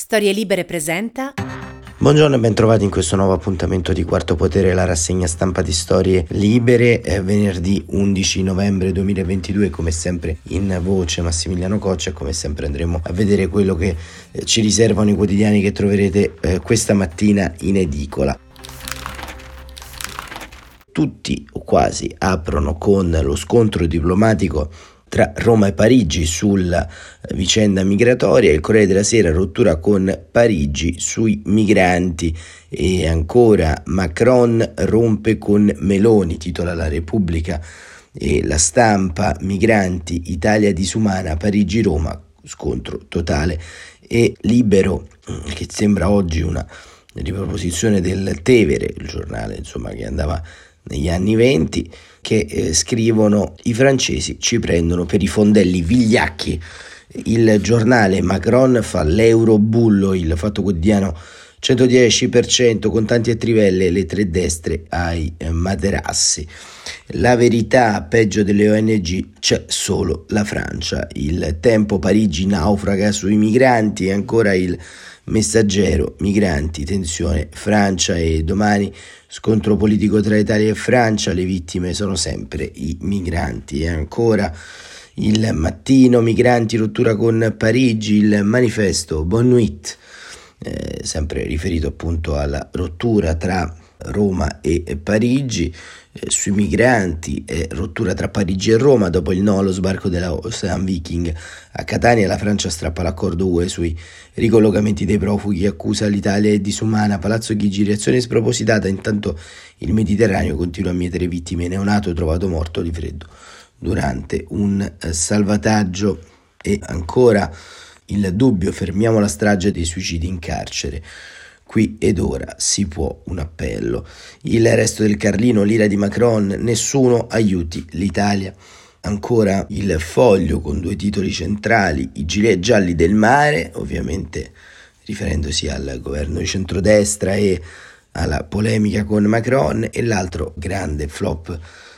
Storie Libere presenta. Buongiorno e bentrovati in questo nuovo appuntamento di Quarto Potere, la rassegna stampa di Storie Libere. È venerdì 11 novembre 2022, come sempre in voce Massimiliano Coccia, e come sempre andremo a vedere quello che ci riservano i quotidiani che troverete questa mattina in edicola. Tutti o quasi aprono con lo scontro diplomatico tra Roma e Parigi sulla vicenda migratoria. Il Corriere della Sera: rottura con Parigi sui migranti. E ancora Macron rompe con Meloni, titola La Repubblica e La Stampa. Migranti, Italia disumana, Parigi-Roma, scontro totale. E Libero, che sembra oggi una riproposizione del Tevere, il giornale che andava negli anni 20, che scrivono: i francesi ci prendono per i fondelli vigliacchi. Il giornale: Macron fa l'eurobullo. Il Fatto Quotidiano: 110%, contanti e trivelle, le tre destre ai materassi. La Verità: peggio delle ONG, c'è solo la Francia. Il Tempo: Parigi naufraga sui migranti. E ancora il Messaggero: migranti, tensione, Francia. E Domani: scontro politico tra Italia e Francia, le vittime sono sempre i migranti. E ancora il Mattino: migranti, rottura con Parigi. Il Manifesto: Bonne nuit, sempre riferito appunto alla rottura tra Roma e Parigi. Sui migranti, rottura tra Parigi e Roma dopo il no allo sbarco della Ocean Viking a Catania. La Francia strappa l'accordo UE sui ricollocamenti dei profughi, accusa l'Italia è disumana. Palazzo Chigi: reazione spropositata. Intanto il Mediterraneo continua a mietere vittime. Neonato trovato morto di freddo durante un salvataggio. E ancora il Dubbio: fermiamo la strage dei suicidi in carcere, qui ed ora si può un appello. Il Resto del Carlino: l'ira di Macron, nessuno aiuti l'Italia. Ancora il Foglio con due titoli centrali: i gilet gialli del mare, ovviamente riferendosi al governo di centrodestra e alla polemica con Macron, e l'altro grande flop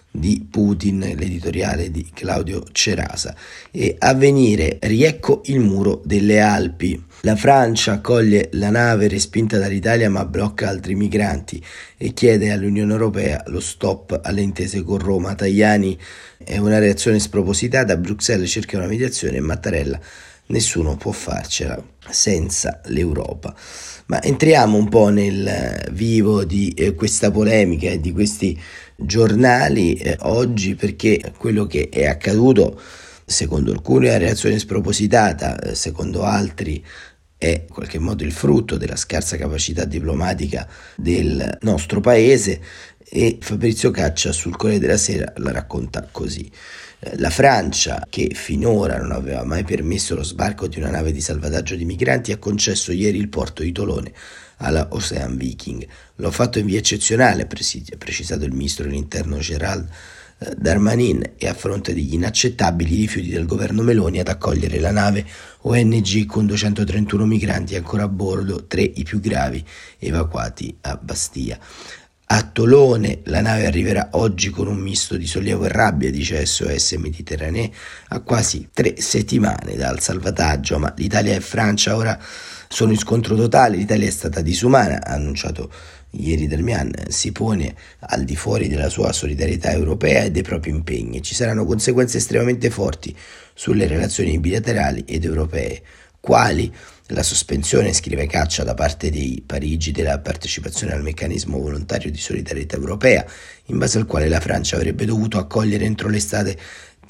di Putin, l'editoriale di Claudio Cerasa. E Avvenire: riecco il muro delle Alpi. La Francia accoglie la nave respinta dall'Italia ma blocca altri migranti e chiede all'Unione Europea lo stop alle intese con Roma. Tajani: è una reazione spropositata, Bruxelles cerca una mediazione. Mattarella: nessuno può farcela senza l'Europa. Ma entriamo un po' nel vivo di questa polemica e di questi giornali oggi, perché quello che è accaduto, secondo alcuni, è una reazione spropositata, secondo altri è in qualche modo il frutto della scarsa capacità diplomatica del nostro paese. E Fabrizio Caccia sul Corriere della Sera la racconta così: la Francia, che finora non aveva mai permesso lo sbarco di una nave di salvataggio di migranti, ha concesso ieri il porto di Tolone alla Ocean Viking. L'ho fatto in via eccezionale, ha precisato il ministro dell'interno Gérald Darmanin, e a fronte degli inaccettabili rifiuti del governo Meloni ad accogliere la nave ONG con 231 migranti ancora a bordo, 3 i più gravi, evacuati a Bastia. A Tolone la nave arriverà oggi con un misto di sollievo e rabbia, dice SOS Mediterranee, a quasi 3 settimane dal salvataggio. Ma l'Italia e Francia ora sono in scontro totale. L'Italia è stata disumana, ha annunciato ieri Darmanin, si pone al di fuori della sua solidarietà europea e dei propri impegni. Ci saranno conseguenze estremamente forti sulle relazioni bilaterali ed europee. Quali? La sospensione, scrive Caccia, da parte di Parigi della partecipazione al meccanismo volontario di solidarietà europea, in base al quale la Francia avrebbe dovuto accogliere entro l'estate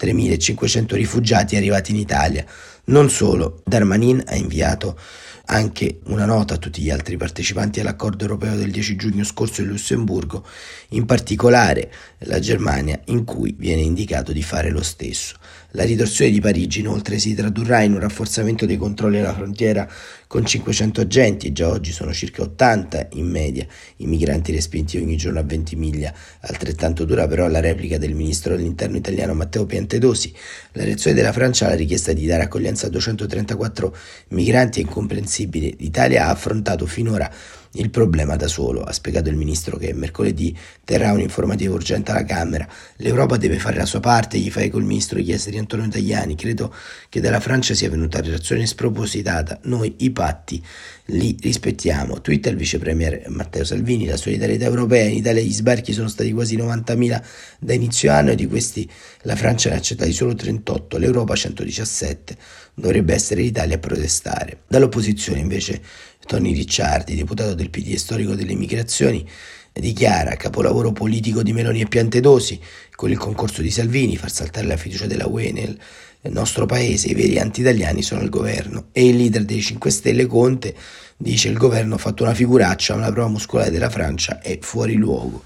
3.500 rifugiati arrivati in Italia. Non solo, Darmanin ha inviato anche una nota a tutti gli altri partecipanti all'accordo europeo del 10 giugno scorso in Lussemburgo, in particolare la Germania, in cui viene indicato di fare lo stesso. La ritorsione di Parigi inoltre si tradurrà in un rafforzamento dei controlli alla frontiera con 500 agenti, già oggi sono circa 80 in media i migranti respinti ogni giorno a Ventimiglia. Altrettanto dura però la replica del ministro dell'interno italiano Matteo Piantedosi. La reazione della Francia alla richiesta di dare accoglienza a 234 migranti è incomprensibile. L'Italia ha affrontato finora il problema da solo, ha spiegato il ministro che mercoledì terrà un'informativa urgente alla Camera. L'Europa deve fare la sua parte, gli fa eco il ministro degli esteri Antonio Tajani. Credo che dalla Francia sia venuta una reazione spropositata. Noi i patti li rispettiamo. Twitter il vice premier Matteo Salvini, la solidarietà europea. In Italia gli sbarchi sono stati quasi 90.000 da inizio anno e di questi la Francia ne ha accettati solo 38, l'Europa 117. Dovrebbe essere l'Italia a protestare. Dall'opposizione invece Tony Ricciardi, deputato del PD e storico delle migrazioni, dichiara capolavoro politico di Meloni e Piantedosi, con il concorso di Salvini, far saltare la fiducia della UE nel nostro paese, i veri anti-italiani sono al governo. E il leader dei 5 Stelle, Conte, dice il governo ha fatto una figuraccia, ma la prova muscolare della Francia è fuori luogo.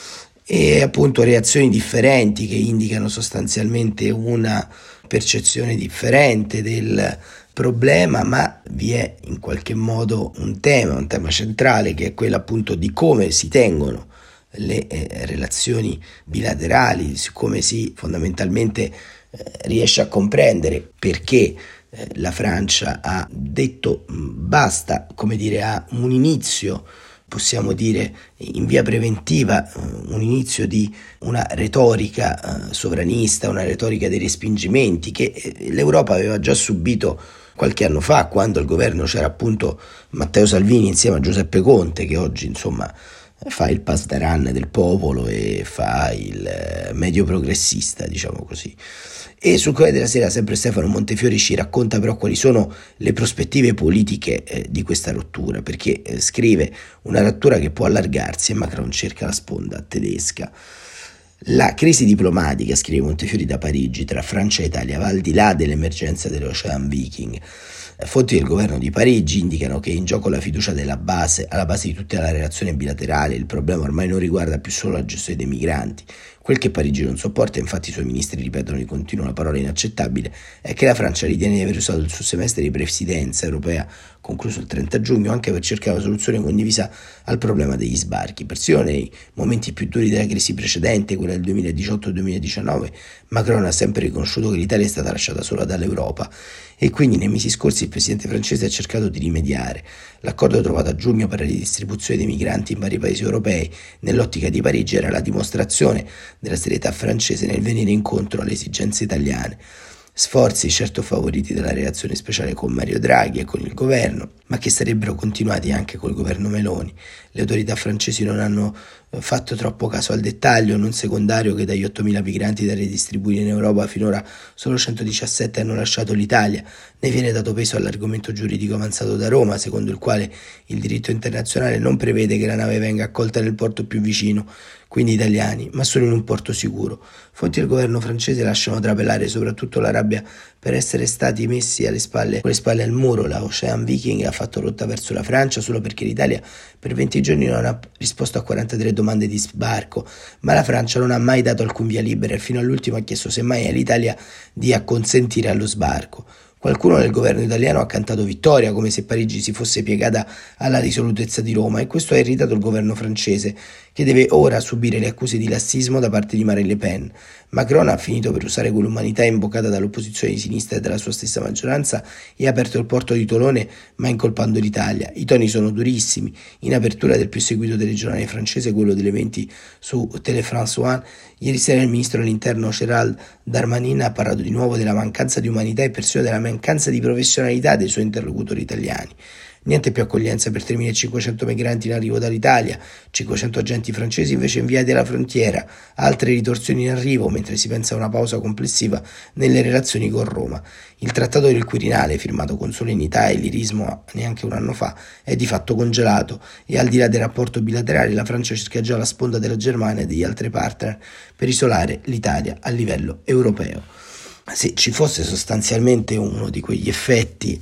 E appunto reazioni differenti che indicano sostanzialmente una percezione differente del problema, ma vi è in qualche modo un tema centrale, che è quello appunto di come si tengono le relazioni bilaterali, su come si fondamentalmente riesce a comprendere perché la Francia ha detto basta, come dire, a un inizio, possiamo dire in via preventiva, un inizio di una retorica sovranista, una retorica dei respingimenti che l'Europa aveva già subito qualche anno fa, quando al governo c'era appunto Matteo Salvini insieme a Giuseppe Conte, che oggi insomma fa il pasdaran del popolo e fa il medio progressista, diciamo così. E sul Corriere della Sera sempre Stefano Montefiori ci racconta però quali sono le prospettive politiche di questa rottura, perché scrive una rottura che può allargarsi e Macron cerca la sponda tedesca. La crisi diplomatica, scrive Montefiori da Parigi, tra Francia e Italia va al di là dell'emergenza dell'Ocean Viking. Fonti del governo di Parigi indicano che è in gioco la fiducia alla base di tutta la relazione bilaterale. Il problema ormai non riguarda più solo la gestione dei migranti. Quel che Parigi non sopporta, infatti i suoi ministri ripetono di continuo la parola inaccettabile, è che la Francia ritiene di aver usato il suo semestre di presidenza europea, concluso il 30 giugno, anche per cercare una soluzione condivisa al problema degli sbarchi. Persino nei momenti più duri della crisi precedente, quella del 2018-2019, Macron ha sempre riconosciuto che l'Italia è stata lasciata sola dall'Europa e quindi nei mesi scorsi il presidente francese ha cercato di rimediare. L'accordo trovato a giugno per la ridistribuzione dei migranti in vari paesi europei, nell'ottica di Parigi, era la dimostrazione della serietà francese nel venire incontro alle esigenze italiane. Sforzi certo favoriti dalla relazione speciale con Mario Draghi e con il governo, ma che sarebbero continuati anche col governo Meloni. Le autorità francesi non hanno fatto troppo caso al dettaglio, non secondario che dagli 8.000 migranti da redistribuire in Europa finora solo 117 hanno lasciato l'Italia. Ne viene dato peso all'argomento giuridico avanzato da Roma, secondo il quale il diritto internazionale non prevede che la nave venga accolta nel porto più vicino, quindi italiani, ma solo in un porto sicuro. Fonti del governo francese lasciano trapelare soprattutto la rabbia per essere stati messi con le spalle al muro. La Ocean Viking ha fatto rotta verso la Francia solo perché l'Italia per 20 giorni non ha risposto a 43 domande di sbarco, ma la Francia non ha mai dato alcun via libera e fino all'ultimo ha chiesto semmai all'Italia di acconsentire allo sbarco. Qualcuno del governo italiano ha cantato vittoria, come se Parigi si fosse piegata alla risolutezza di Roma, e questo ha irritato il governo francese, che deve ora subire le accuse di lassismo da parte di Marine Le Pen. Macron ha finito per usare quell'umanità invocata dall'opposizione di sinistra e dalla sua stessa maggioranza e ha aperto il porto di Tolone, ma incolpando l'Italia. I toni sono durissimi. In apertura del più seguito telegiornale francese, quello delle 20 su Télé France One, ieri sera il ministro dell'interno Gérald Darmanin ha parlato di nuovo della mancanza di umanità e persino della mancanza di professionalità dei suoi interlocutori italiani. Niente più accoglienza per 3.500 migranti in arrivo dall'Italia, 500 agenti francesi invece inviati alla frontiera, altre ritorsioni in arrivo mentre si pensa a una pausa complessiva nelle relazioni con Roma. Il trattato del Quirinale, firmato con solennità e lirismo neanche un anno fa, è di fatto congelato e al di là del rapporto bilaterale la Francia cerca già la sponda della Germania e degli altri partner per isolare l'Italia a livello europeo. Se ci fosse sostanzialmente uno di quegli effetti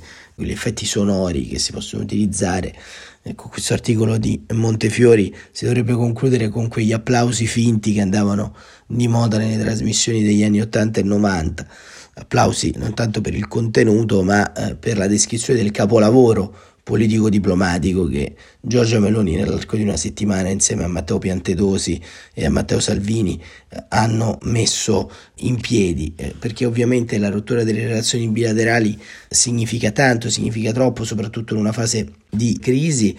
sonori che si possono utilizzare, ecco, questo articolo di Montefiori si dovrebbe concludere con quegli applausi finti che andavano di moda nelle trasmissioni degli anni 80 e 90, applausi non tanto per il contenuto ma per la descrizione del capolavoro politico-diplomatico che Giorgia Meloni nell'arco di una settimana insieme a Matteo Piantedosi e a Matteo Salvini hanno messo in piedi, perché ovviamente la rottura delle relazioni bilaterali significa tanto, significa troppo, soprattutto in una fase di crisi,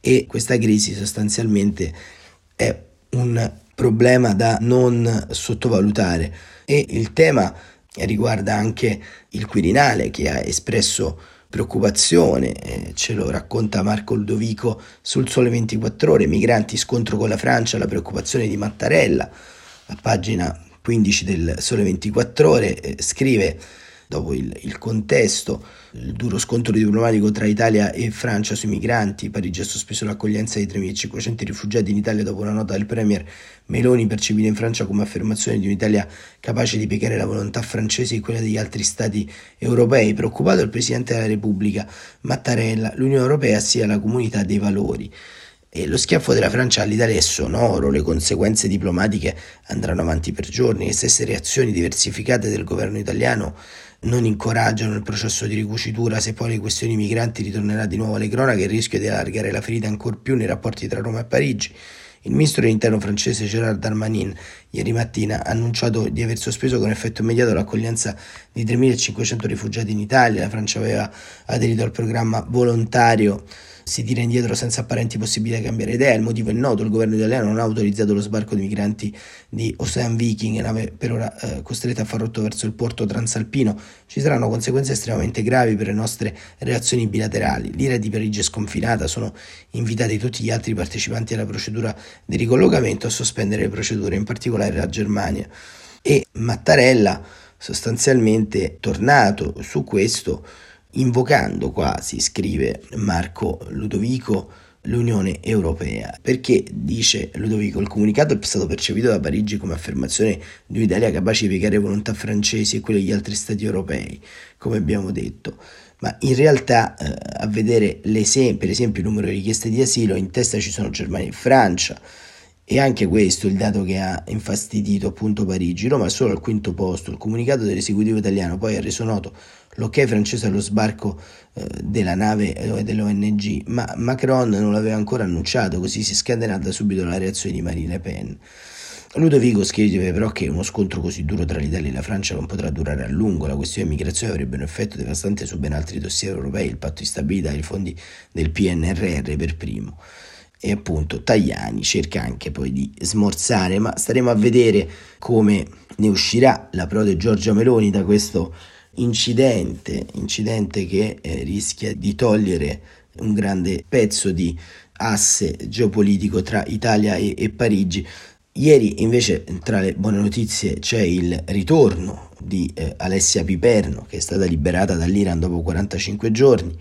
e questa crisi sostanzialmente è un problema da non sottovalutare. E il tema riguarda anche il Quirinale, che ha espresso preoccupazione, ce lo racconta Marco Ludovico sul Sole 24 Ore, migranti, scontro con la Francia, la preoccupazione di Mattarella. A pagina 15 del Sole 24 Ore scrive, dopo il contesto, il duro scontro diplomatico tra Italia e Francia sui migranti. Parigi ha sospeso l'accoglienza di 3.500 rifugiati in Italia dopo una nota del premier Meloni percepita in Francia come affermazione di un'Italia capace di piegare la volontà francese e quella degli altri stati europei. Preoccupato il Presidente della Repubblica Mattarella, l'Unione Europea sia la comunità dei valori. E lo schiaffo della Francia all'Italia è sonoro, le conseguenze diplomatiche andranno avanti per giorni, le stesse reazioni diversificate del governo italiano non incoraggiano il processo di ricucitura. Se poi le questioni migranti ritornerà di nuovo alle cronache, il rischio di allargare la ferita ancor più nei rapporti tra Roma e Parigi. Il ministro dell'interno francese Gérald Darmanin ieri mattina ha annunciato di aver sospeso con effetto immediato l'accoglienza di 3.500 rifugiati in Italia. La Francia aveva aderito al programma volontario si tira indietro senza apparenti possibilità di cambiare idea. Il motivo è noto: il governo italiano non ha autorizzato lo sbarco di migranti di Ocean Viking, nave per ora costretta a far rotto verso il porto transalpino. Ci saranno conseguenze estremamente gravi per le nostre relazioni bilaterali. L'ira di Parigi è sconfinata, sono invitati tutti gli altri partecipanti alla procedura di ricollocamento a sospendere le procedure, in particolare la Germania. E Mattarella sostanzialmente tornato su questo, invocando quasi, scrive Marco Ludovico, l'Unione Europea, perché, dice Ludovico, il comunicato è stato percepito da Parigi come affermazione di un'Italia capace di piegare volontà francesi e quelle degli altri stati europei, come abbiamo detto, ma in realtà a vedere per esempio il numero di richieste di asilo, in testa ci sono Germania e Francia. E anche questo è il dato che ha infastidito appunto Parigi. Roma è solo al quinto posto. Il comunicato dell'esecutivo italiano poi ha reso noto l'ok francese allo sbarco della nave dell'ONG, ma Macron non l'aveva ancora annunciato, così si è scatenata subito la reazione di Marine Le Pen. Ludovico scrive però che uno scontro così duro tra l'Italia e la Francia non potrà durare a lungo. La questione immigrazione avrebbe un effetto devastante su ben altri dossier europei, il patto di stabilità e i fondi del PNRR per primo. E appunto Tajani cerca anche poi di smorzare, ma staremo a vedere come ne uscirà la prode Giorgia Meloni da questo incidente che rischia di togliere un grande pezzo di asse geopolitico tra Italia e Parigi. Ieri invece tra le buone notizie c'è il ritorno di Alessia Piperno, che è stata liberata dall'Iran dopo 45 giorni.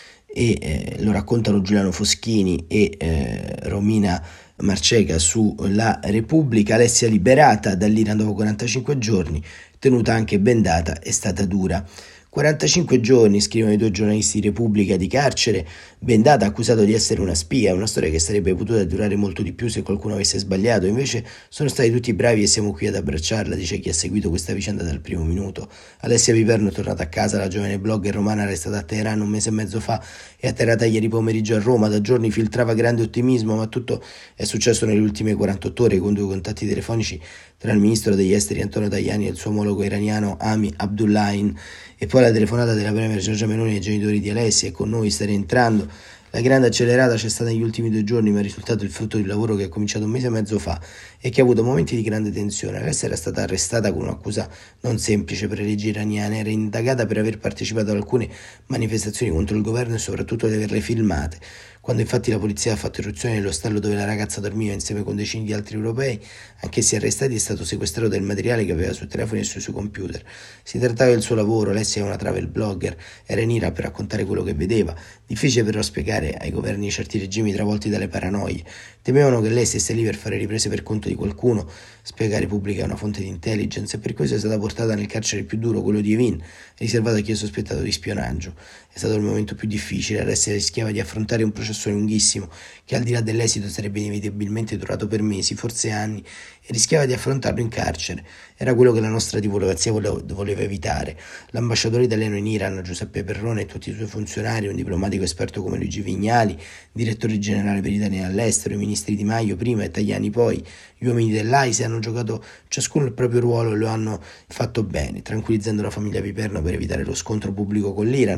E lo raccontano Giuliano Foschini e Romina Marceca su La Repubblica. Alessia liberata dall'Iran dopo 45 giorni, tenuta anche bendata, è stata dura. 45 giorni, scrivono i due giornalisti di Repubblica, di carcere, bendata, accusato di essere una spia. È una storia che sarebbe potuta durare molto di più se qualcuno avesse sbagliato. Invece sono stati tutti bravi e siamo qui ad abbracciarla, dice chi ha seguito questa vicenda dal primo minuto. Alessia Piperno è tornata a casa. La giovane blogger romana, arrestata a Teheran un mese e mezzo fa e atterrata ieri pomeriggio a Roma. Da giorni filtrava grande ottimismo, ma tutto è successo nelle ultime 48 ore, con 2 contatti telefonici tra il ministro degli esteri Antonio Tajani e il suo omologo iraniano Ami Abdullahian, e poi la telefonata della premier Giorgia Meloni ai genitori di Alessia: e con noi sta rientrando. La grande accelerata c'è stata negli ultimi 2 giorni, ma il risultato è il frutto di un lavoro che è cominciato un mese e mezzo fa e che ha avuto momenti di grande tensione. Alessia era stata arrestata con un'accusa non semplice per le leggi iraniane. Era indagata per aver partecipato ad alcune manifestazioni contro il governo e soprattutto di averle filmate. Quando infatti la polizia ha fatto irruzione nell'ostello dove la ragazza dormiva insieme con decine di altri europei, anch'essi arrestati, è stato sequestrato del materiale che aveva sui telefoni e sui suoi computer. Si trattava del suo lavoro. Alessia è una travel blogger, era in Iran per raccontare quello che vedeva. Difficile però spiegare ai governi certi regimi travolti dalle paranoie. Temevano che lei stesse lì per fare riprese per conto di qualcuno, spiega Repubblica, una fonte di intelligence, e per questo è stata portata nel carcere più duro, quello di Evin, riservato a chi è sospettato di spionaggio. È stato il momento più difficile. Alessia rischiava di affrontare un processo lunghissimo che al di là dell'esito sarebbe inevitabilmente durato per mesi, forse anni, e rischiava di affrontarlo in carcere. Era quello che la nostra diplomazia voleva evitare. L'ambasciatore italiano in Iran, Giuseppe Perrone, e tutti i suoi funzionari, un diplomatico esperto come Luigi Vignali, direttore generale per l'Italia all'estero, i ministri Di Maio prima e Tajani poi, gli uomini dell'AISE hanno giocato ciascuno il proprio ruolo e lo hanno fatto bene, tranquillizzando la famiglia Piperno per evitare lo scontro pubblico con l'Iran,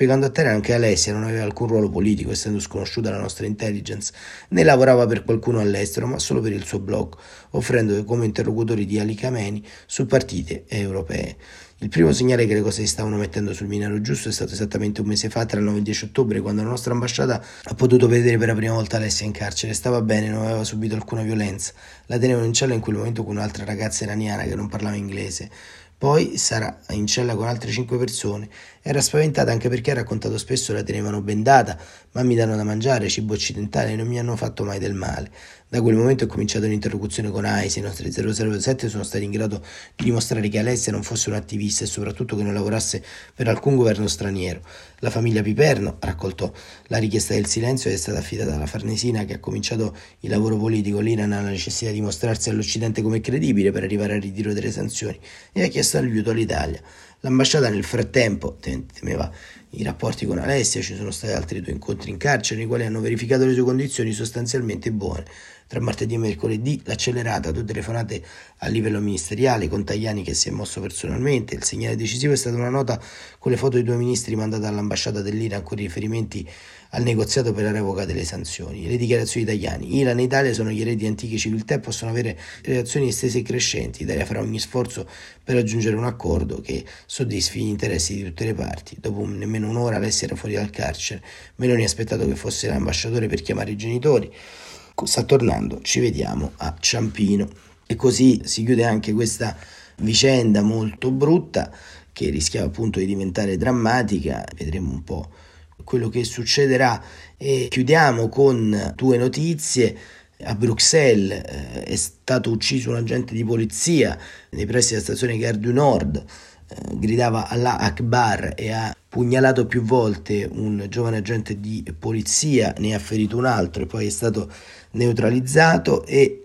spiegando a Tene anche Alessia non aveva alcun ruolo politico, essendo sconosciuta la nostra intelligence, né lavorava per qualcuno all'estero, ma solo per il suo blog, offrendo come interlocutori di Ali Khamenei su partite europee. Il primo segnale che le cose si stavano mettendo sul binario giusto è stato esattamente un mese fa, tra il 9 e il 10 ottobre, quando la nostra ambasciata ha potuto vedere per la prima volta Alessia in carcere. Stava bene, non aveva subito alcuna violenza. La tenevano in cella in quel momento con un'altra ragazza iraniana che non parlava inglese. Poi sarà in cella con altre 5 persone. Era spaventata anche perché ha raccontato spesso la tenevano bendata, ma mi danno da mangiare, cibo occidentale, e non mi hanno fatto mai del male. Da quel momento è cominciata un'interlocuzione con AISI, i nostri 007 sono stati in grado di dimostrare che Alessia non fosse un attivista e soprattutto che non lavorasse per alcun governo straniero. La famiglia Piperno ha raccolto la richiesta del silenzio ed è stata affidata alla Farnesina, che ha cominciato il lavoro politico. L'Iran ha la necessità di mostrarsi all'Occidente come credibile per arrivare al ritiro delle sanzioni e ha chiesto aiuto all'Italia. L'ambasciata nel frattempo temeva i rapporti con Alessia, ci sono stati altri 2 incontri in carcere nei quali hanno verificato le sue condizioni sostanzialmente buone. Tra martedì e mercoledì l'accelerata, 2 telefonate a livello ministeriale con Tajani che si è mosso personalmente. Il segnale decisivo è stata una nota con le foto dei 2 ministri mandata all'ambasciata dell'Iran con riferimenti al negoziato per la revoca delle sanzioni. Le dichiarazioni di Tajani: Iran e Italia sono gli eredi di antiche civiltà e possono avere relazioni estese e crescenti. L'Italia farà ogni sforzo per raggiungere un accordo che soddisfi gli interessi di tutte le parti. Dopo nemmeno un'ora Alessia era fuori dal carcere. Meloni ha aspettato che fosse l'ambasciatore per chiamare i genitori. Sta tornando, ci vediamo a Ciampino. E così si chiude anche questa vicenda molto brutta che rischiava appunto di diventare drammatica. Vedremo un po' quello che succederà e chiudiamo con 2 notizie. A Bruxelles è stato ucciso un agente di polizia nei pressi della stazione Gare du Nord. Gridava Allah Akbar e ha pugnalato più volte un giovane agente di polizia, ne ha ferito un altro e poi è stato neutralizzato. E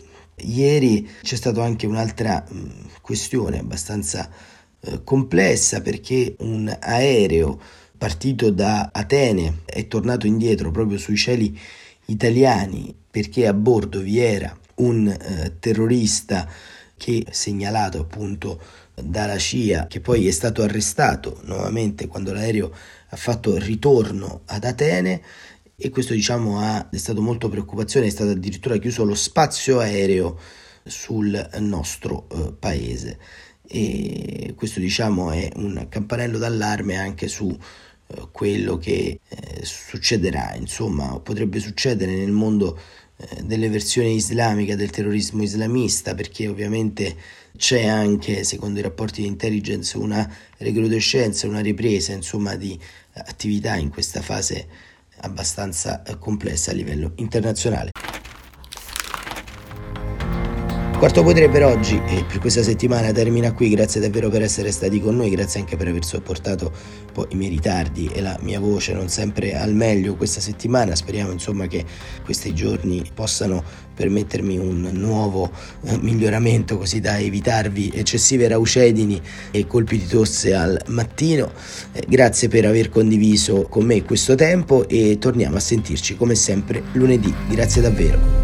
ieri c'è stata anche un'altra questione abbastanza complessa, perché un aereo partito da Atene è tornato indietro proprio sui cieli italiani perché a bordo vi era un terrorista che segnalato appunto dalla CIA, che poi è stato arrestato nuovamente quando l'aereo ha fatto ritorno ad Atene. E questo ha destato molto preoccupazione, è stato addirittura chiuso lo spazio aereo sul nostro paese. E questo è un campanello d'allarme anche su quello che succederà, insomma, potrebbe succedere nel mondo delle versioni islamica del terrorismo islamista, perché ovviamente c'è anche, secondo i rapporti di intelligence, una recrudescenza, una ripresa di attività in questa fase abbastanza complessa a livello internazionale. Quarto Potere per oggi e per questa settimana termina qui. Grazie davvero per essere stati con noi, grazie anche per aver sopportato poi i miei ritardi e la mia voce non sempre al meglio questa settimana. Speriamo che questi giorni possano permettermi un nuovo miglioramento, così da evitarvi eccessive raucedini e colpi di tosse al mattino. Grazie per aver condiviso con me questo tempo e torniamo a sentirci come sempre lunedì. Grazie davvero.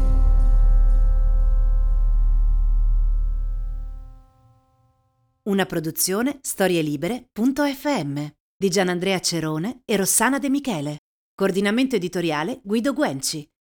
Una produzione storielibere.fm di Gianandrea Cerone e Rossana De Michele. Coordinamento editoriale Guido Guenci.